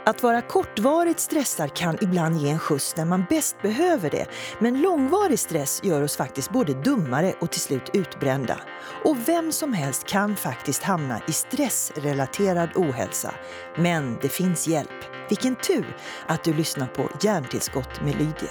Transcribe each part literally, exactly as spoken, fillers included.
Att vara kortvarigt stressad kan ibland ge en skjuts när man bäst behöver det. Men långvarig stress gör oss faktiskt både dummare och till slut utbrända. Och vem som helst kan faktiskt hamna i stressrelaterad ohälsa. Men det finns hjälp. Vilken tur att du lyssnar på Hjärntillskott med Lydia.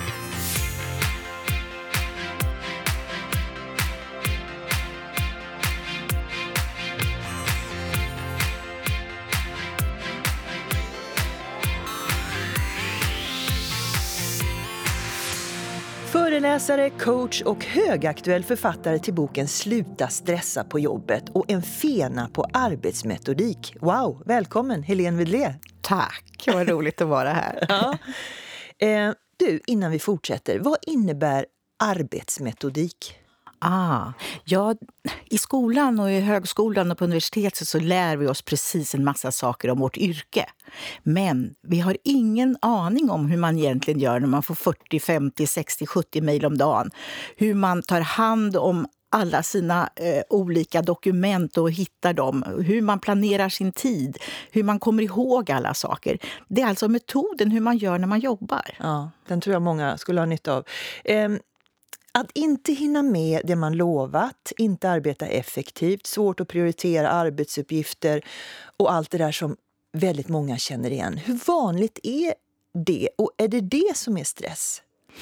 Föreläsare, coach och högaktuell författare till boken Sluta stressa på jobbet och en fena på arbetsmetodik. Wow, välkommen Helene Widlé. Tack, vad roligt att vara här. Ja. Eh, du, innan vi fortsätter, vad innebär arbetsmetodik? Ah, ja, i skolan och i högskolan och på universitetet så lär vi oss precis en massa saker om vårt yrke. Men vi har ingen aning om hur man egentligen gör när man får fyrtio, femtio, sextio, sjuttio mejl om dagen. Hur man tar hand om alla sina eh, olika dokument och hittar dem. Hur man planerar sin tid. Hur man kommer ihåg alla saker. Det är alltså metoden hur man gör när man jobbar. Ja, den tror jag många skulle ha nytta av. Eh, Att inte hinna med det man lovat, inte arbeta effektivt, svårt att prioritera arbetsuppgifter och allt det där som väldigt många känner igen. Hur vanligt är det och är det det som är stress?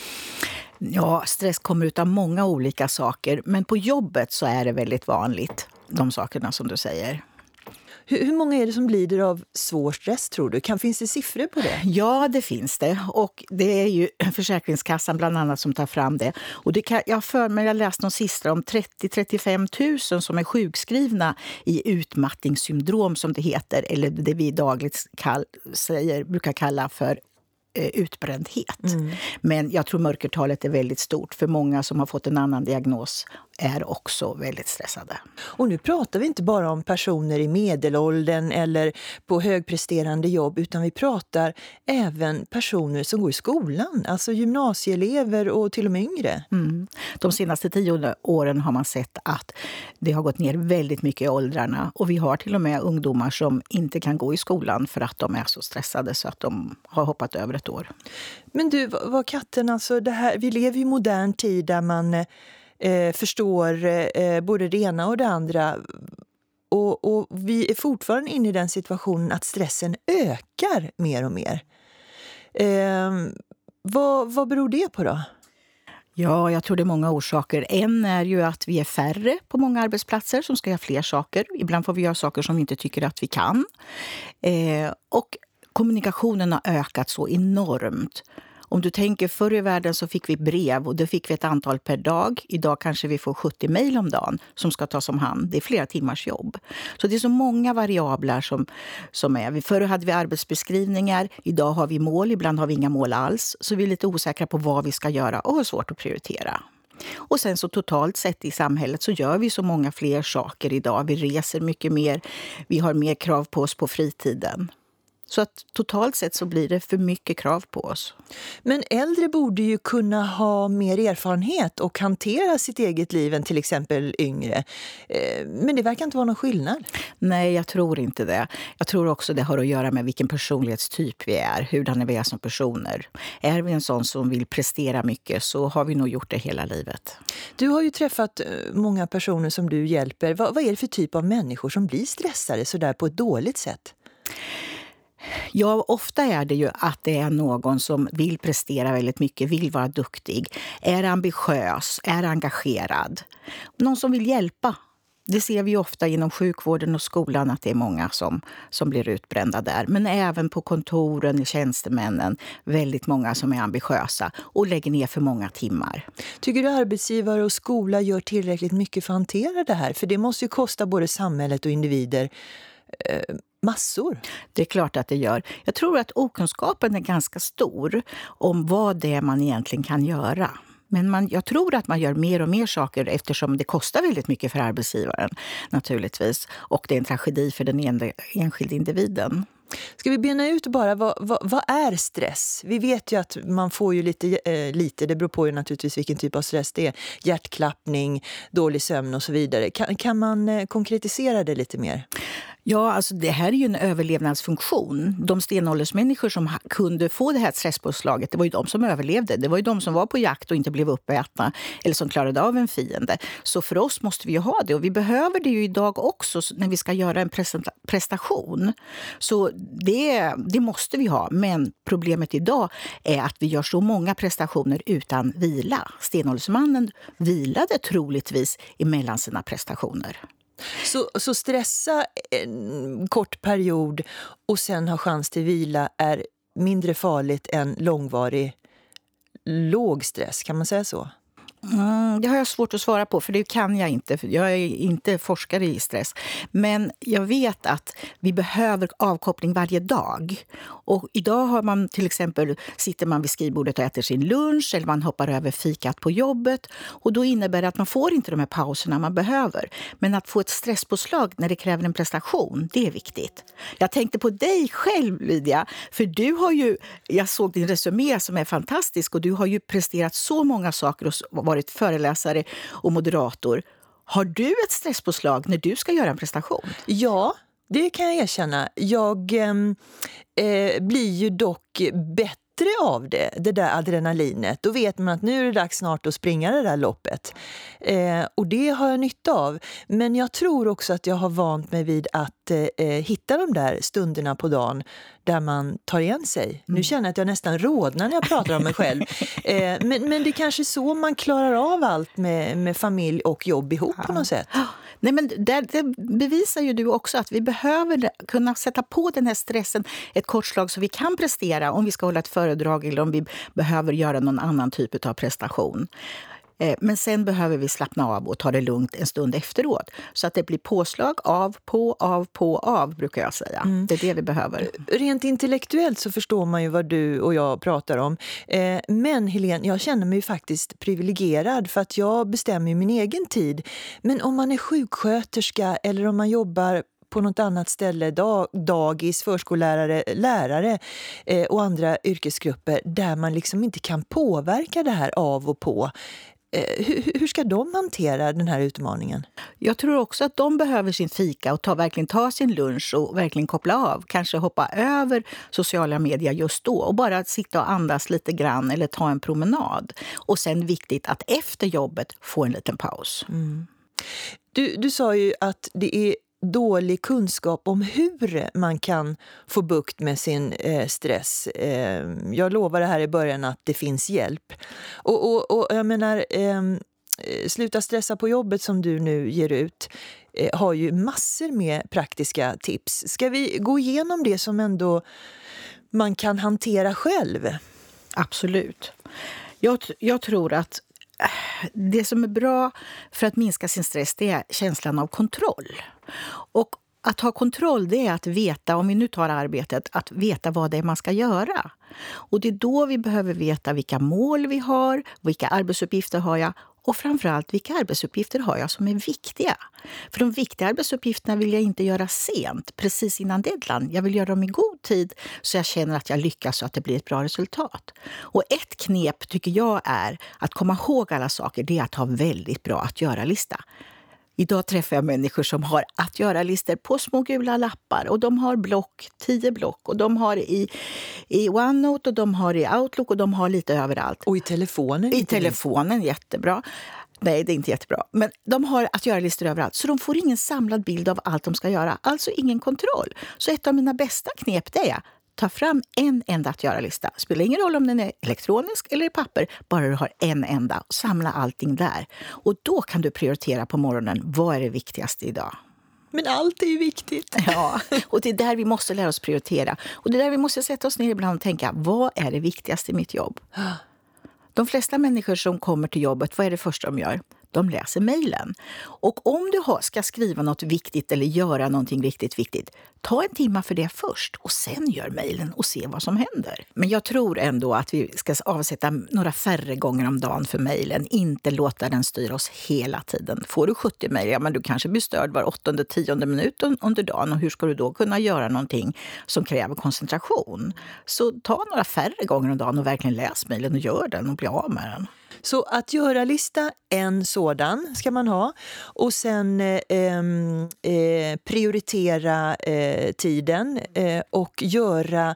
Ja, stress kommer ut av många olika saker, men på jobbet så är det väldigt vanligt, de sakerna som du säger. Hur, hur många är det som lider av svår stress, tror du? Kan, finns det siffror på det? Ja, det finns det. Och det är ju Försäkringskassan bland annat som tar fram det. Och det kan, jag för mig, jag läste någon siffra om trettio till trettiofem tusen som är sjukskrivna i utmattningssyndrom som det heter. Eller det vi dagligt kall, säger, brukar kalla för utbrändhet. Mm. Men jag tror mörkertalet är väldigt stort för många som har fått en annan diagnos är också väldigt stressade. Och nu pratar vi inte bara om personer i medelåldern eller på högpresterande jobb, utan vi pratar även personer som går i skolan, alltså gymnasieelever och till och med yngre. Mm. De senaste tio åren har man sett att det har gått ner väldigt mycket i åldrarna och vi har till och med ungdomar som inte kan gå i skolan för att de är så stressade så att de har hoppat över ett år. Men du, vad katten, alltså det här, vi lever i modern tid där man Eh, förstår eh, både det ena och det andra och, och vi är fortfarande inne i den situationen att stressen ökar mer och mer. Eh, vad, vad beror det på då? Ja, jag tror det är många orsaker. En är ju att vi är färre på många arbetsplatser som ska göra fler saker. Ibland får vi göra saker som vi inte tycker att vi kan. Eh, och kommunikationen har ökat så enormt. Om du tänker, förr i världen så fick vi brev och då fick vi ett antal per dag. Idag kanske vi får sjuttio mejl om dagen som ska tas om hand. Det är flera timmars jobb. Så det är så många variabler som, som är. Förr hade vi arbetsbeskrivningar, idag har vi mål, ibland har vi inga mål alls. Så vi är lite osäkra på vad vi ska göra och har svårt att prioritera. Och sen så totalt sett i samhället så gör vi så många fler saker idag. Vi reser mycket mer, vi har mer krav på oss på fritiden. Så att totalt sett så blir det för mycket krav på oss. Men äldre borde ju kunna ha mer erfarenhet och hantera sitt eget liv än till exempel yngre. Men det verkar inte vara någon skillnad. Nej, jag tror inte det. Jag tror också det har att göra med vilken personlighetstyp vi är. Hurdana vi är som personer. Är vi en sån som vill prestera mycket så har vi nog gjort det hela livet. Du har ju träffat många personer som du hjälper. Vad, vad är det för typ av människor som blir stressade så där på ett dåligt sätt? Ja, ofta är det ju att det är någon som vill prestera väldigt mycket, vill vara duktig, är ambitiös, är engagerad. Någon som vill hjälpa. Det ser vi ofta inom sjukvården och skolan att det är många som, som blir utbrända där. Men även på kontoren, tjänstemännen, väldigt många som är ambitiösa och lägger ner för många timmar. Tycker du arbetsgivare och skola gör tillräckligt mycket för att hantera det här? För det måste ju kosta både samhället och individer eh, massor. Det är klart att det gör. Jag tror att okunskapen är ganska stor om vad det är man egentligen kan göra. Men man, jag tror att man gör mer och mer saker eftersom det kostar väldigt mycket för arbetsgivaren naturligtvis. Och det är en tragedi för den en, enskilda individen. Ska vi bena ut bara, vad, vad, vad är stress? Vi vet ju att man får ju lite, eh, lite, det beror på ju naturligtvis vilken typ av stress det är. Hjärtklappning, dålig sömn och så vidare. Kan, kan man eh, konkretisera det lite mer? Ja, alltså det här är ju en överlevnadsfunktion. De stenåldersmänniskor som ha- kunde få det här stresspåslaget, det var ju de som överlevde. Det var ju de som var på jakt och inte blev uppätna eller som klarade av en fiende. Så för oss måste vi ju ha det, och vi behöver det ju idag också när vi ska göra en presenta- prestation. Så det, det måste vi ha, men problemet idag är att vi gör så många prestationer utan vila. Stenåldersmannen vilade troligtvis emellan sina prestationer. Så, så stressa en kort period och sen ha chans till vila är mindre farligt än långvarig låg stress, kan man säga så? Mm, det har jag svårt att svara på, för det kan jag inte. För jag är inte forskare i stress. Men jag vet att vi behöver avkoppling varje dag. Och idag har man till exempel, sitter man vid skrivbordet och äter sin lunch, eller man hoppar över fikat på jobbet. Och då innebär det att man får inte de här pauserna man behöver. Men att få ett stresspåslag när det kräver en prestation, det är viktigt. Jag tänkte på dig själv, Lydia. För du har ju, jag såg din resumé som är fantastisk, och du har ju presterat så många saker och varit föreläsare och moderator. Har du ett stresspåslag när du ska göra en prestation? Ja, det kan jag erkänna. Jag eh, blir ju dock bättre av det, det där adrenalinet. Då vet man att nu är det dags snart att springa det där loppet. Eh, och det har jag nytta av. Men jag tror också att jag har vant mig vid att eh, hitta de där stunderna på dagen där man tar igen sig. Mm. Nu känner jag att jag nästan rodnar när jag pratar om mig själv. Eh, men, men det är kanske så man klarar av allt med, med familj och jobb ihop ja. på något sätt. Nej, men det, det bevisar ju du också att vi behöver kunna sätta på den här stressen ett kort slag så vi kan prestera om vi ska hålla ett föredrag eller om vi behöver göra någon annan typ av prestation. Men sen behöver vi slappna av och ta det lugnt en stund efteråt. Så att det blir påslag av, på, av, på, av, brukar jag säga. Mm. Det är det vi behöver. Rent intellektuellt så förstår man ju vad du och jag pratar om. Men Helene, jag känner mig ju faktiskt privilegierad för att jag bestämmer min egen tid. Men om man är sjuksköterska eller om man jobbar på något annat ställe, dag, dagis, förskollärare, lärare eh, och andra yrkesgrupper där man liksom inte kan påverka det här av och på. Eh, hur, hur ska de hantera den här utmaningen? Jag tror också att de behöver sin fika och ta, verkligen ta sin lunch och verkligen koppla av. Kanske hoppa över sociala medier just då och bara sitta och andas lite grann eller ta en promenad. Och sen viktigt att efter jobbet få en liten paus. Mm. Du, du sa ju att det är dålig kunskap om hur man kan få bukt med sin eh, stress. Eh, jag lovar det här i början att det finns hjälp. Och, och, och jag menar, eh, Sluta stressa på jobbet som du nu ger ut eh, har ju massor med praktiska tips. Ska vi gå igenom det som ändå man kan hantera själv? Absolut. Jag, jag tror att det som är bra för att minska sin stress, det är känslan av kontroll. Och att ha kontroll, det är att veta, om vi nu tar arbetet, att veta vad det är man ska göra. Och det är då vi behöver veta vilka mål vi har, vilka arbetsuppgifter har jag och framförallt vilka arbetsuppgifter har jag som är viktiga. För de viktiga arbetsuppgifterna vill jag inte göra sent, precis innan deadline. Jag vill göra dem i god tid så jag känner att jag lyckas och att det blir ett bra resultat. Och ett knep tycker jag är att komma ihåg alla saker, det är att ha väldigt bra att göra-lista. Idag träffar jag människor som har att göra-listor på små gula lappar. Och de har block, tio block. Och de har i, i OneNote och de har i Outlook och de har lite överallt. Och i telefonen? I telefonen, jättebra. Nej, det är inte jättebra. Men de har att göra-listor överallt. Så de får ingen samlad bild av allt de ska göra. Alltså ingen kontroll. Så ett av mina bästa knep det är ta fram en enda att göra-lista. Spelar ingen roll om den är elektronisk eller i papper. Bara du har en enda. Samla allting där. Och då kan du prioritera på morgonen. Vad är det viktigaste idag? Men allt är ju viktigt. Ja, och det är där vi måste lära oss prioritera. Och det är där vi måste sätta oss ner ibland och tänka, vad är det viktigaste i mitt jobb? De flesta människor som kommer till jobbet, vad är det första de gör? De läser mejlen. Och om du ska skriva något viktigt eller göra någonting riktigt viktigt, ta en timme för det först och sen gör mejlen och se vad som händer. Men jag tror ändå att vi ska avsätta några färre gånger om dagen för mejlen. Inte låta den styra oss hela tiden. Får du sjuttio mejl, ja men du kanske blir störd var åttonde, tionde minut under dagen. Och hur ska du då kunna göra någonting som kräver koncentration? Så ta några färre gånger om dagen och verkligen läs mejlen och gör den och bli av med den. Så att göra-lista, en sådan ska man ha. Och sen eh, eh, prioritera eh, tiden eh, och göra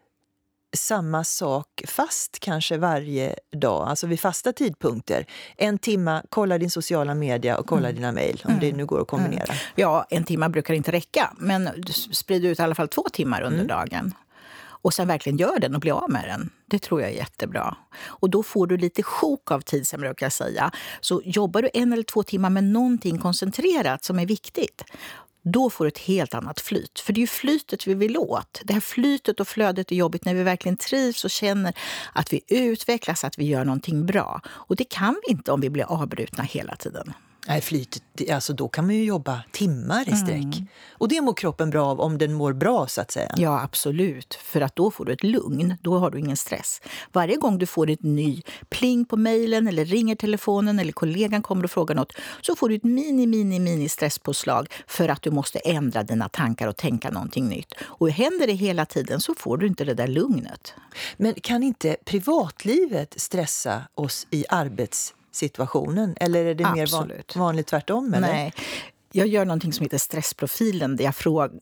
samma sak fast kanske varje dag, alltså vid fasta tidpunkter. En timma, kolla din sociala media och kolla mm. dina mejl, om mm. det nu går att kombinera. Mm. Ja, en timma brukar inte räcka, men sprid ut i alla fall två timmar under mm. dagen. Och sen verkligen gör den och bli av med den. Det tror jag är jättebra. Och då får du lite sjok av tid, som jag brukar säga. Så jobbar du en eller två timmar med någonting koncentrerat som är viktigt, då får du ett helt annat flyt. För det är ju flytet vi vill åt. Det här flytet och flödet är jobbigt när vi verkligen trivs och känner att vi utvecklas, att vi gör någonting bra. Och det kan vi inte om vi blir avbrutna hela tiden. Nej, flytet, alltså då kan man ju jobba timmar i sträck. Mm. Och det mår kroppen bra av om den mår bra, så att säga. Ja, absolut. För att då får du ett lugn. Då har du ingen stress. Varje gång du får ett ny pling på mejlen eller ringer telefonen eller kollegan kommer och frågar något, så får du ett mini, mini, mini stresspåslag för att du måste ändra dina tankar och tänka någonting nytt. Och händer det hela tiden så får du inte det där lugnet. Men kan inte privatlivet stressa oss i arbets situationen, eller är det Absolut. mer vanligt tvärtom? Eller? Nej, jag gör någonting som heter stressprofilen där jag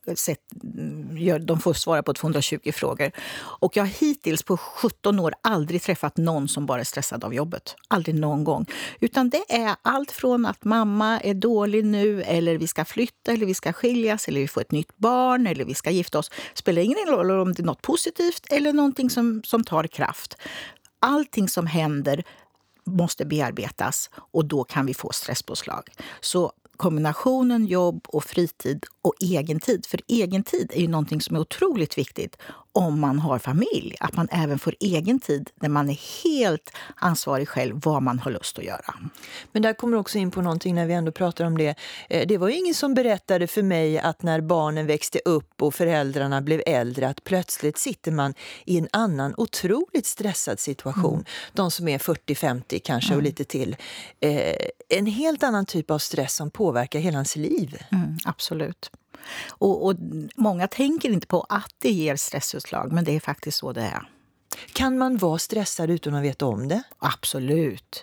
frågar, de får svara på tvåhundratjugo frågor. Och jag har hittills på sjutton år aldrig träffat någon som bara är stressad av jobbet. Aldrig någon gång. Utan det är allt från att mamma är dålig nu, eller vi ska flytta, eller vi ska skiljas, eller vi får ett nytt barn, eller vi ska gifta oss. Spelar ingen roll om det är något positivt eller någonting som, som tar kraft. Allting som händer måste bearbetas, och då kan vi få stresspåslag. Så kombinationen jobb och fritid och egen tid. För egen tid är ju någonting som är otroligt viktigt om man har familj. Att man även får egen tid när man är helt ansvarig själv vad man har lust att göra. Men där kommer också in på någonting när vi ändå pratar om det. Det var ju ingen som berättade för mig att när barnen växte upp och föräldrarna blev äldre, att plötsligt sitter man i en annan otroligt stressad situation. Mm. De som är fyrtio femtio kanske mm. och lite till. Eh, en helt annan typ av stress som påverkar hela ens liv. Mm, absolut. Och, och många tänker inte på att det ger stressutslag, men det är faktiskt så det är. Kan man vara stressad utan att veta om det? Absolut.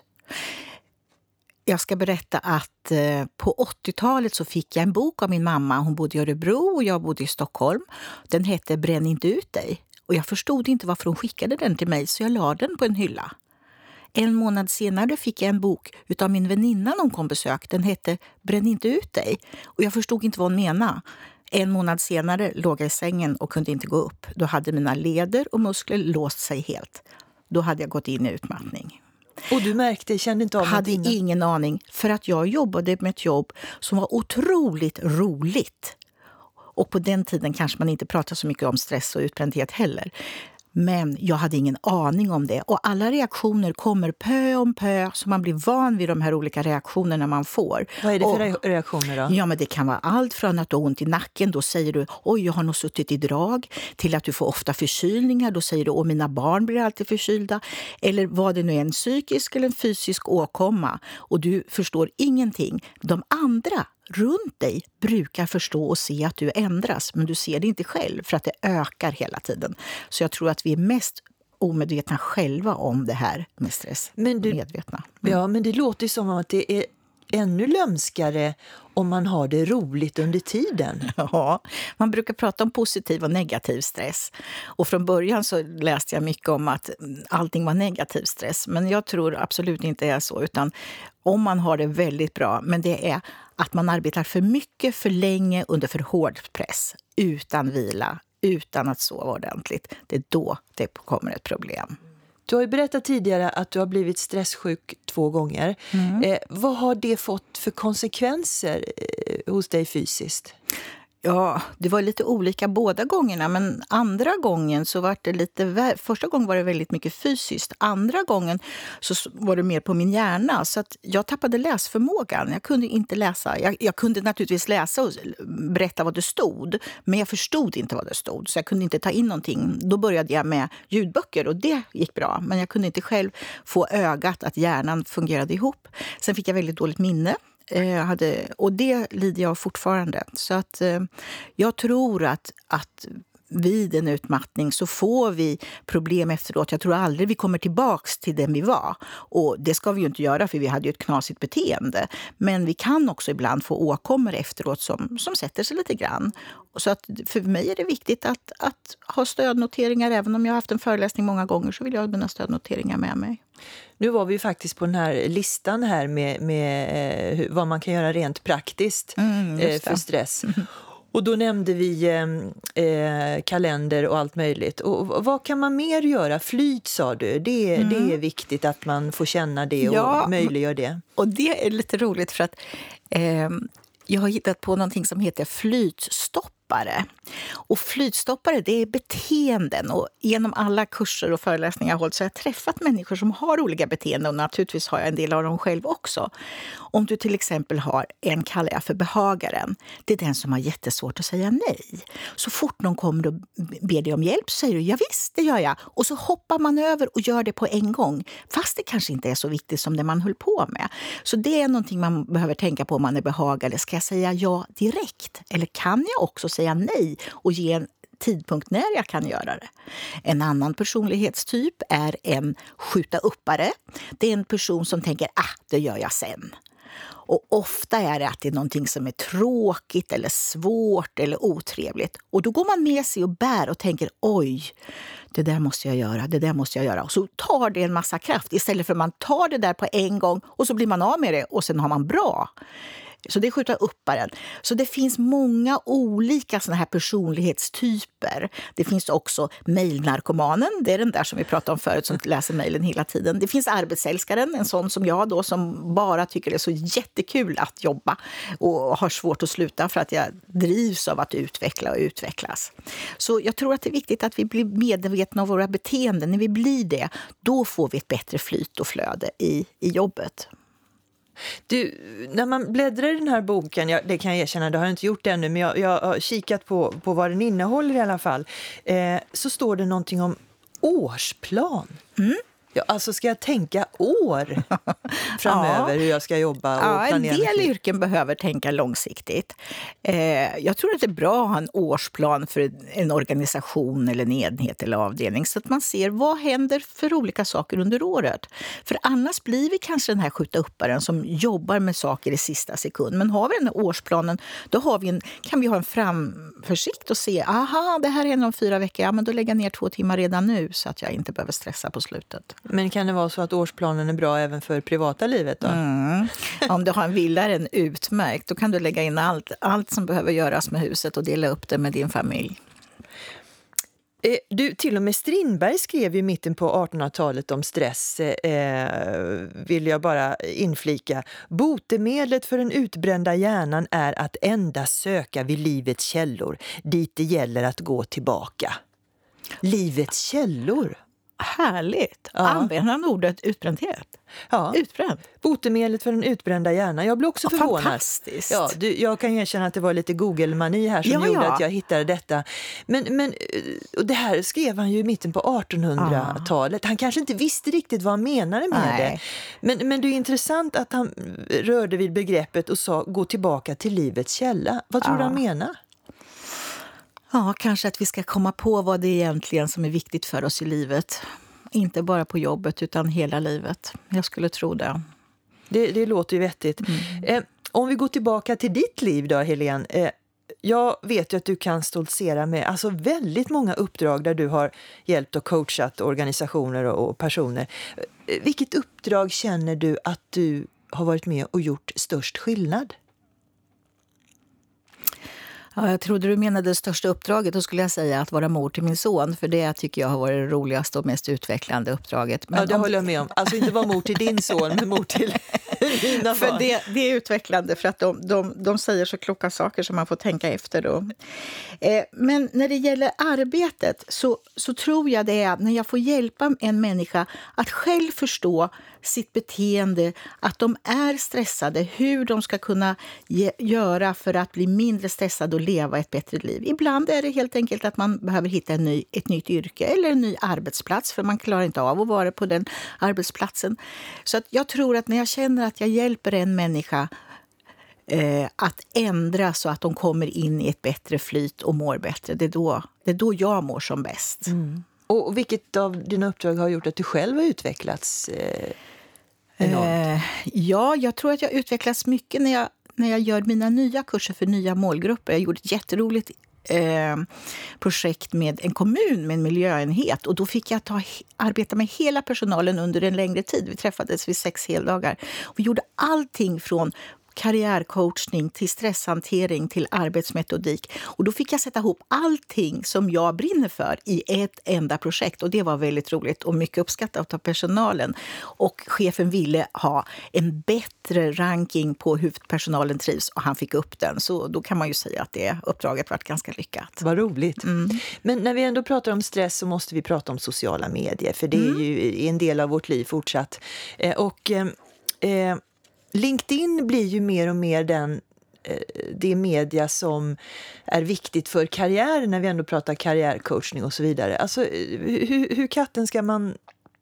Jag ska berätta att eh, på åttiotalet så fick jag en bok av min mamma. Hon bodde i Örebro och jag bodde i Stockholm. Den hette Bränn inte ut dig. Och jag förstod inte varför hon skickade den till mig, så jag la den på en hylla. En månad senare fick jag en bok utav min väninna när hon kom besök. Den hette Bränn inte ut dig. Och jag förstod inte vad hon menade. En månad senare låg jag i sängen och kunde inte gå upp. Då hade mina leder och muskler låst sig helt. Då hade jag gått in i utmattning. Och du märkte, kände inte av hade innan. Ingen aning. För att jag jobbade med ett jobb som var otroligt roligt. Och på den tiden kanske man inte pratade så mycket om stress och utbrändhet heller. Men jag hade ingen aning om det. Och alla reaktioner kommer pö om pö, så man blir van vid de här olika reaktionerna man får. Vad är det för och, reaktioner då? Ja, men det kan vara allt från att du har ont i nacken. Då säger du, oj, jag har nog suttit i drag. Till att du får ofta förkylningar. Då säger du, åh, mina barn blir alltid förkylda. Eller vad det nu är, en psykisk eller en fysisk åkomma. Och du förstår ingenting. De andra runt dig brukar förstå och se att du ändras, men du ser det inte själv för att det ökar hela tiden. Så jag tror att vi är mest omedvetna själva om det här med stress. Men du, medvetna. Mm. Ja, men det låter ju som att det är ännu lömskare om man har det roligt under tiden. Ja, man brukar prata om positiv och negativ stress. Och från början så läste jag mycket om att allting var negativ stress. Men jag tror absolut inte är så, utan om man har det väldigt bra, men det är att man arbetar för mycket, för länge, under för hård press, utan vila, utan att sova ordentligt. Det är då det kommer ett problem. Du har ju berättat tidigare att du har blivit stresssjuk två gånger. Mm. Eh, vad har det fått för konsekvenser eh, hos dig fysiskt? Ja, det var lite olika båda gångerna, men andra gången så var det lite... Första gången var det väldigt mycket fysiskt. Andra gången så var det mer på min hjärna, så att jag tappade läsförmågan. Jag kunde inte läsa. Jag, jag kunde naturligtvis läsa och berätta vad det stod, men jag förstod inte vad det stod, så jag kunde inte ta in någonting. Då började jag med ljudböcker och det gick bra, men jag kunde inte själv få ögat att hjärnan fungerade ihop. Sen fick jag väldigt dåligt minne. Jag hade, och det lider jag fortfarande. Så att eh, jag tror att, att vid en utmattning så får vi problem efteråt. Jag tror aldrig vi kommer tillbaks till den vi var. Och det ska vi ju inte göra för vi hade ju ett knasigt beteende. Men vi kan också ibland få åkommor efteråt som, som sätter sig lite grann. Så att för mig är det viktigt att, att ha stödnoteringar. Även om jag har haft en föreläsning många gånger så vill jag ha mina stödnoteringar med mig. Nu var vi ju faktiskt på den här listan här med, med eh, vad man kan göra rent praktiskt Mm, eh, för stress. Mm. Och då nämnde vi eh, kalender och allt möjligt. Och vad kan man mer göra? Flyt sa du. Det, mm. det är viktigt att man får känna det och ja, möjliggör det. Och det är lite roligt för att eh, jag har hittat på någonting som heter flytstopp. Och flytstoppare, det är beteenden. Och genom alla kurser och föreläsningar jag har hållit så har jag träffat människor som har olika beteenden. Och naturligtvis har jag en del av dem själv också. Om du till exempel har en, kallar jag för behagaren. Det är den som har jättesvårt att säga nej. Så fort någon kommer och ber dig om hjälp så säger du ja visst, det gör jag. Och så hoppar man över och gör det på en gång. Fast det kanske inte är så viktigt som det man höll på med. Så det är någonting man behöver tänka på om man är behagare. Ska jag säga ja direkt? Eller kan jag också säga nej och ge en tidpunkt när jag kan göra det? En annan personlighetstyp är en skjuta uppare. Det är en person som tänker, ah, det gör jag sen. Och ofta är det att det är någonting som är tråkigt eller svårt eller otrevligt. Och då går man med sig och bär och tänker, oj, det där måste jag göra, det där måste jag göra. Och så tar det en massa kraft istället för att man tar det där på en gång och så blir man av med det och sen har man bra. Så det skjuter upparen. Så det finns många olika såna här personlighetstyper. Det finns också mejlnarkomanen. Det är den där som vi pratade om förut som läser mejlen hela tiden. Det finns arbetsälskaren, en sån som jag då som bara tycker det är så jättekul att jobba och har svårt att sluta för att jag drivs av att utveckla och utvecklas. Så jag tror att det är viktigt att vi blir medvetna av våra beteenden. När vi blir det, då får vi ett bättre flyt och flöde i, i jobbet. Du, när man bläddrar i den här boken, jag, det kan jag erkänna, det har jag inte gjort ännu, men jag, jag har kikat på, på vad den innehåller i alla fall, eh, så står det någonting om årsplan. Mm. Ja, alltså ska jag tänka år framöver ja. hur jag ska jobba och ja, planera? En del yrken behöver tänka långsiktigt. Eh, jag tror att det är bra att ha en årsplan för en organisation eller en enhet eller avdelning så att man ser vad händer för olika saker under året. För annars blir vi kanske den här skjuta upparen som jobbar med saker i sista sekund. Men har vi den här årsplanen, då har vi en, kan vi ha en framförsikt och se, aha, det här händer om fyra veckor, ja men då lägger jag ner två timmar redan nu så att jag inte behöver stressa på slutet. Men kan det vara så att årsplanen är bra även för privata livet då? Mm. Om du har en villa är den utmärkt. Då kan du lägga in allt, allt som behöver göras med huset och dela upp det med din familj. Eh, du, till och med Strindberg skrev ju mitten på artonhundratalet om stress, eh, vill jag bara inflika. Botemedlet för den utbrända hjärnan är att endast söka vid livets källor, dit det gäller att gå tillbaka. Livets källor? Härligt. Ja. Använder han ordet utbrändhet? Ja. Utbränd. Botemedlet för den utbrända hjärnan. Jag blev också ja, förvånad. Fantastiskt. Ja, du, jag kan erkänna att det var lite Google-mani här som ja, gjorde ja. att jag hittade detta. Men, men och det här skrev han ju i mitten på artonhundratalet. Ja. Han kanske inte visste riktigt vad han menade med Nej. det. Men, men det är intressant att han rörde vid begreppet och sa gå tillbaka till livets källa. Vad tror ja. du han menar? Ja, kanske att vi ska komma på vad det är egentligen som är viktigt för oss i livet. Inte bara på jobbet utan hela livet. Jag skulle tro det. Det, det låter ju vettigt. Mm. Eh, om vi går tillbaka till ditt liv då, Helene. Eh, jag vet ju att du kan stoltsera med alltså väldigt många uppdrag där du har hjälpt och coachat organisationer och, och personer. Eh, vilket uppdrag känner du att du har varit med och gjort störst skillnad? Ja, jag trodde du menade det största uppdraget. Då skulle jag säga att vara mor till min son. För det tycker jag har varit det roligaste och mest utvecklande uppdraget. Men ja, det om... håller jag med om. Alltså inte vara mor till din son, men mor till dina barn. För det, det är utvecklande för att de, de, de säger så kloka saker som man får tänka efter då. Eh, men när det gäller arbetet så, så tror jag det är när jag får hjälpa en människa att själv förstå sitt beteende, att de är stressade, hur de ska kunna ge, göra för att bli mindre stressade och leva ett bättre liv. Ibland är det helt enkelt att man behöver hitta en ny, ett nytt yrke eller en ny arbetsplats för man klarar inte av att vara på den arbetsplatsen. Så att jag tror att när jag känner att jag hjälper en människa eh, att ändra så att de kommer in i ett bättre flyt och mår bättre. Det är då, det är då jag mår som bäst. Mm. Och vilket av dina uppdrag har gjort att du själv har utvecklats eh, enormt? Eh, ja, jag tror att jag utvecklats mycket när jag, när jag gör mina nya kurser för nya målgrupper. Jag gjorde ett jätteroligt eh, projekt med en kommun med en miljöenhet. Och då fick jag ta, arbeta med hela personalen under en längre tid. Vi träffades vid sex heldagar. Vi gjorde allting från karriärcoachning till stresshantering till arbetsmetodik. Och då fick jag sätta ihop allting som jag brinner för i ett enda projekt. Och det var väldigt roligt och mycket uppskattat av personalen. Och chefen ville ha en bättre ranking på hur personalen trivs och han fick upp den. Så då kan man ju säga att det uppdraget varit ganska lyckat. Vad roligt. Mm. Men när vi ändå pratar om stress så måste vi prata om sociala medier. För det är Mm. ju en del av vårt liv fortsatt. Eh, och... Eh, eh, LinkedIn blir ju mer och mer den, det media som är viktigt för karriär när vi ändå pratar karriärcoachning och så vidare. Alltså, hur, hur katten ska man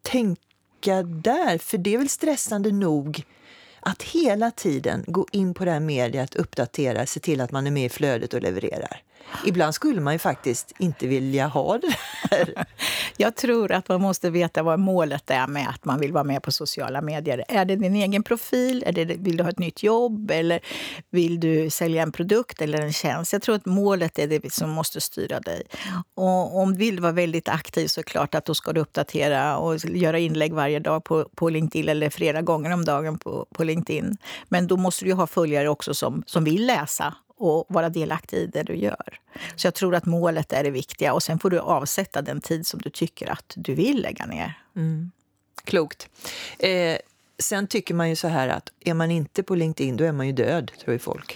tänka där? För det är väl stressande nog att hela tiden gå in på det här mediet, uppdatera, se till att man är med i flödet och levererar. Ibland skulle man ju faktiskt inte vilja ha det där. Jag tror att man måste veta vad målet är med att man vill vara med på sociala medier. Är det din egen profil? Är det, vill du ha ett nytt jobb? Eller vill du sälja en produkt eller en tjänst? Jag tror att målet är det som måste styra dig. Och om du vill vara väldigt aktiv så är det klart att då ska du uppdatera och göra inlägg varje dag på, på LinkedIn eller flera gånger om dagen på, på LinkedIn. Men då måste du ju ha följare också som, som vill läsa och vara delaktig i det du gör. Så jag tror att målet är det viktiga. Och sen får du avsätta den tid som du tycker att du vill lägga ner. Mm. Klokt. Eh, sen tycker man ju så här att är man inte på LinkedIn då är man ju död, tror ju folk.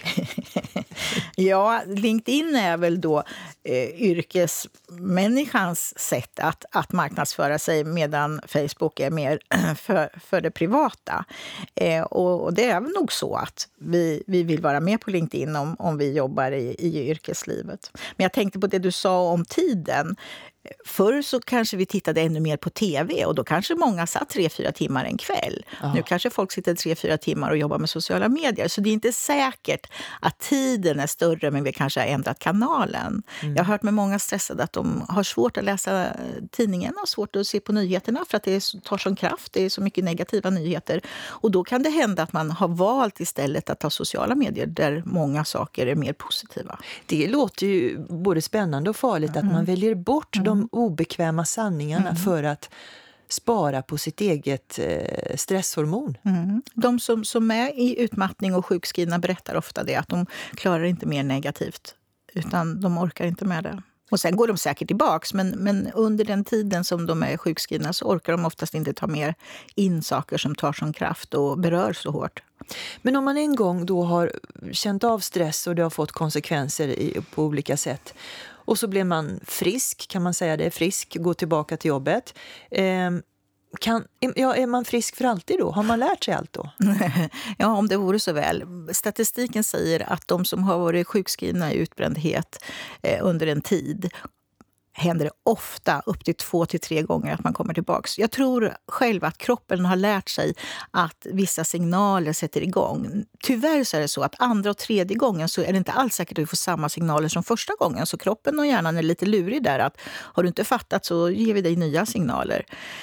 Ja, LinkedIn är väl då eh, yrkesmänniskans sätt att, att marknadsföra sig medan Facebook är mer för, för det privata. Eh, och, och det är väl nog så att vi, vi vill vara med på LinkedIn om, om vi jobbar i, i yrkeslivet. Men jag tänkte på det du sa om tiden. Förr så kanske vi tittade ännu mer på tv och då kanske många satt tre, fyra timmar en kväll. Ja. Nu kanske folk sitter tre, fyra timmar och jobbar med sociala medier. Så det är inte säkert att tiden är större men vi kanske har ändrat kanalen. Mm. Jag har hört med många stressade att de har svårt att läsa tidningen och svårt att se på nyheterna för att det tar sån kraft. Det är så mycket negativa nyheter. Och då kan det hända att man har valt istället att ta sociala medier där många saker är mer positiva. Det låter ju både spännande och farligt mm. att man väljer bort mm. de obekväma sanningarna mm. för att spara på sitt eget eh, stresshormon. Mm. De som, som är i utmattning och sjukskrivna berättar ofta det, att de klarar inte mer negativt utan de orkar inte med det. Och sen går de säkert tillbaks, men, men under den tiden som de är sjukskrivna så orkar de oftast inte ta mer in saker som tar sån kraft och berör så hårt. Men om man en gång då har känt av stress och det har fått konsekvenser i, på olika sätt och så blir man frisk, kan man säga det, frisk, går tillbaka till jobbet. Eh, kan, ja, är man frisk för alltid då? Har man lärt sig allt då? Ja, om det vore så väl. Statistiken säger att de som har varit sjukskrivna i utbrändhet eh, under en tid händer det ofta upp till två till tre gånger att man kommer tillbaka. Jag tror själv att kroppen har lärt sig att vissa signaler sätter igång. Tyvärr så är det så att andra och tredje gången så är det inte alls säkert att du får samma signaler som första gången. Så kroppen och hjärnan är lite lurig där att har du inte fattat så ger vi dig nya signaler.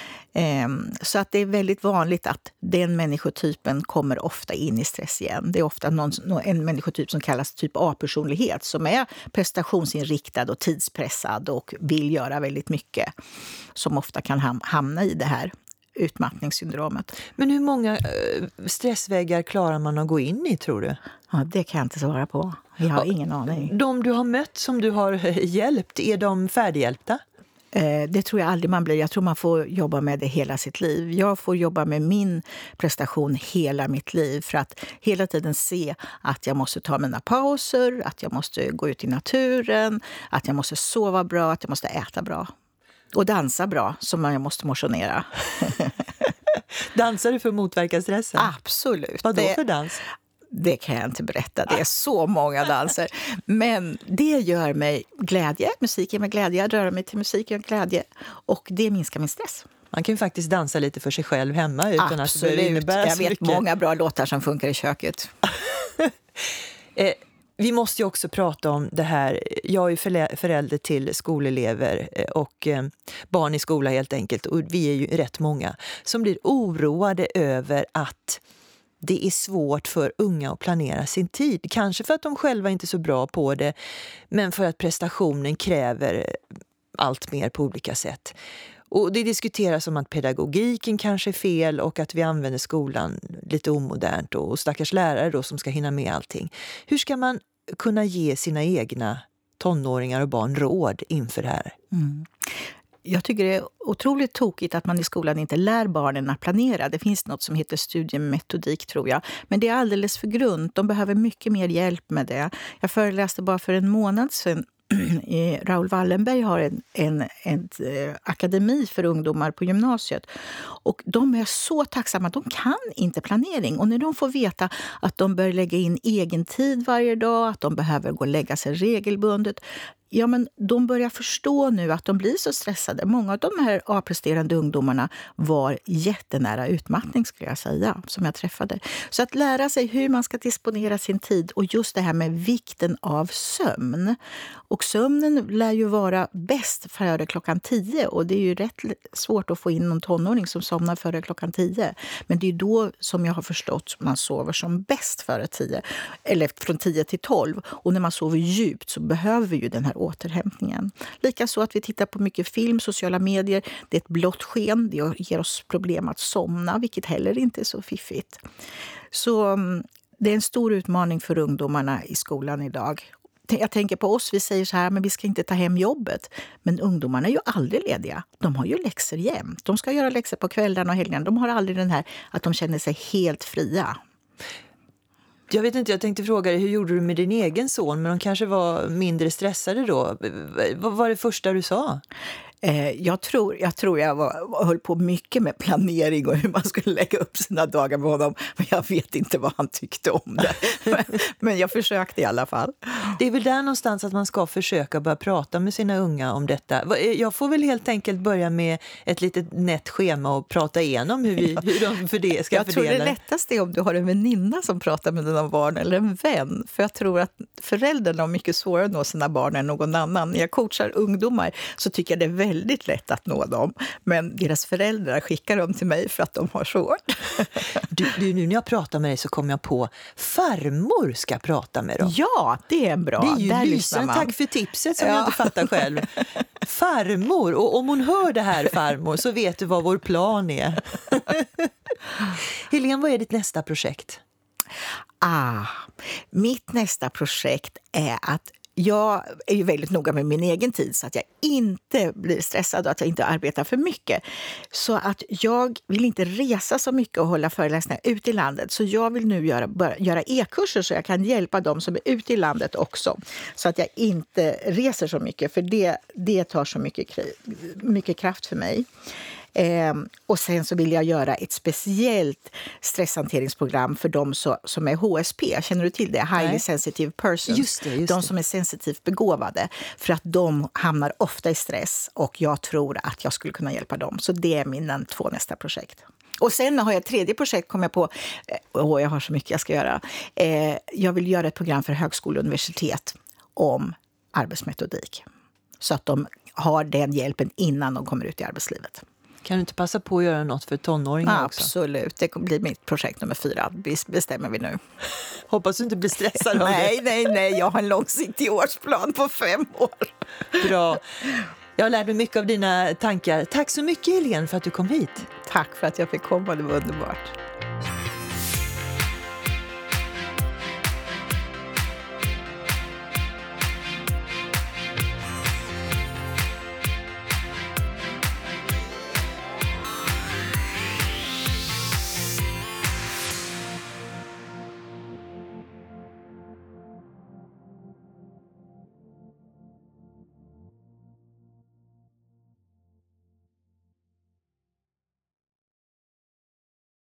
Så att det är väldigt vanligt att den människotypen kommer ofta in i stress igen. Det är ofta någon, en människotyp som kallas typ A-personlighet som är prestationsinriktad och tidspressad och vill göra väldigt mycket. Som ofta kan hamna i det här utmattningssyndromet. Men hur många stressväggar klarar man att gå in i, tror du? Ja, det kan jag inte svara på. Jag har ingen aning. De du har mött som du har hjälpt, är de färdighjälpta? Det tror jag aldrig man blir. Jag tror man får jobba med det hela sitt liv. Jag får jobba med min prestation hela mitt liv för att hela tiden se att jag måste ta mina pauser, att jag måste gå ut i naturen, att jag måste sova bra, att jag måste äta bra. Och dansa bra, som jag måste motionera. Dansar du för att motverka stressen? Absolut. Vad då för dans? Det kan jag inte berätta. Det är så många danser. Men det gör mig glädje. Musik ger mig glädje. Jag rör mig till musik ger mig glädje. Och det minskar min stress. Man kan ju faktiskt dansa lite för sig själv hemma utan Absolut. att det behöver innebära jag så vet mycket. Många bra låtar som funkar i köket. eh, vi måste ju också prata om det här. Jag är ju förälder till skolelever och eh, barn i skola helt enkelt. Och vi är ju rätt många som blir oroade över att det är svårt för unga att planera sin tid. Kanske för att de själva inte är så bra på det, men för att prestationen kräver allt mer på olika sätt. Och det diskuteras om att pedagogiken kanske är fel och att vi använder skolan lite omodernt och stackars lärare då som ska hinna med allting. Hur ska man kunna ge sina egna tonåringar och barn råd inför det här? Mm. Jag tycker det är otroligt tokigt att man i skolan inte lär barnen att planera. Det finns något som heter studiemetodik, tror jag. Men det är alldeles för grunt. De behöver mycket mer hjälp med det. Jag föreläste bara för en månad sedan. Raoul Wallenberg har en, en, en, en akademi för ungdomar på gymnasiet. Och de är så tacksamma att de kan inte planering. Och när de får veta att de bör lägga in egen tid varje dag, att de behöver gå och lägga sig regelbundet, ja, men de börjar förstå nu att de blir så stressade. Många av de här A-presterande ungdomarna var jättenära utmattning, skulle jag säga, som jag träffade. Så att lära sig hur man ska disponera sin tid och just det här med vikten av sömn. Och sömnen lär ju vara bäst före klockan tio, och det är ju rätt svårt att få in någon tonåring som somnar före klockan tio. Men det är då som jag har förstått man sover som bäst före tio, eller från tio till tolv. Och när man sover djupt så behöver vi ju den här återhämtningen. Likaså att vi tittar på mycket film, sociala medier. Det är ett blått sken. Det ger oss problem att somna, vilket heller inte är så fiffigt. Så det är en stor utmaning för ungdomarna i skolan idag. Jag tänker på oss, vi säger så här, men vi ska inte ta hem jobbet. Men ungdomarna är ju aldrig lediga. De har ju läxor jämt. De ska göra läxor på kvällarna och helgerna. De har aldrig den här att de känner sig helt fria. Jag vet inte, jag tänkte fråga dig, hur gjorde du med din egen son? Men de kanske var mindre stressade då. Vad var det första du sa? Jag tror, jag tror jag var, höll på mycket med planering och hur man skulle lägga upp sina dagar med honom. Men jag vet inte vad han tyckte om det. Men, men jag försökte i alla fall. Det är väl där någonstans att man ska försöka börja prata med sina unga om detta. Jag får väl helt enkelt börja med ett litet nätt schema och prata igenom hur, vi, hur de för det ska jag fördela. Jag tror det lättaste är om du har en väninna som pratar med dina barn eller en vän. För jag tror att föräldrarna har mycket svårare att nå sina barn än någon annan. När jag coachar ungdomar så tycker jag det är väldigt lätt att nå dem. Men deras föräldrar skickar dem till mig för att de har svårt. Du, du, nu när jag pratar med dig så kommer jag på farmor ska prata med dem. Ja, det är en bra. Det är ju där lysen. Tack för tipset som ja. jag inte fattar själv. Farmor, och om hon hör det här farmor så vet du vad vår plan är. Helene, vad är ditt nästa projekt? Ah, mitt nästa projekt är att jag är ju väldigt noga med min egen tid så att jag inte blir stressad och att jag inte arbetar för mycket. Så att jag vill inte resa så mycket och hålla föreläsningar ute i landet. Så jag vill nu göra, börja, göra e-kurser så jag kan hjälpa dem som är ute i landet också. Så att jag inte reser så mycket, för det, det tar så mycket, mycket kraft för mig. Eh, och sen så vill jag göra ett speciellt stresshanteringsprogram för de så, som är H S P. Känner du till det? Highly Nej. Sensitive persons. Just det, just de det. som är sensitivt begåvade. För att de hamnar ofta i stress och jag tror att jag skulle kunna hjälpa dem. Så det är mina två nästa projekt. Och sen har jag ett tredje projekt, kom jag på. Åh, jag har så mycket jag ska göra. Eh, jag vill göra ett program för högskola och universitet om arbetsmetodik. Så att de har den hjälpen innan de kommer ut i arbetslivet. Kan du inte passa på att göra något för tonåringar ja, också? Absolut, det kommer bli mitt projekt nummer fyra. Bestämmer vi nu. Hoppas du inte blir stressad av nej, det. Nej, nej, jag har en långsiktig årsplan på fem år. Bra. Jag har lärt mig mycket av dina tankar. Tack så mycket, Helene, för att du kom hit. Tack för att jag fick komma, det var underbart.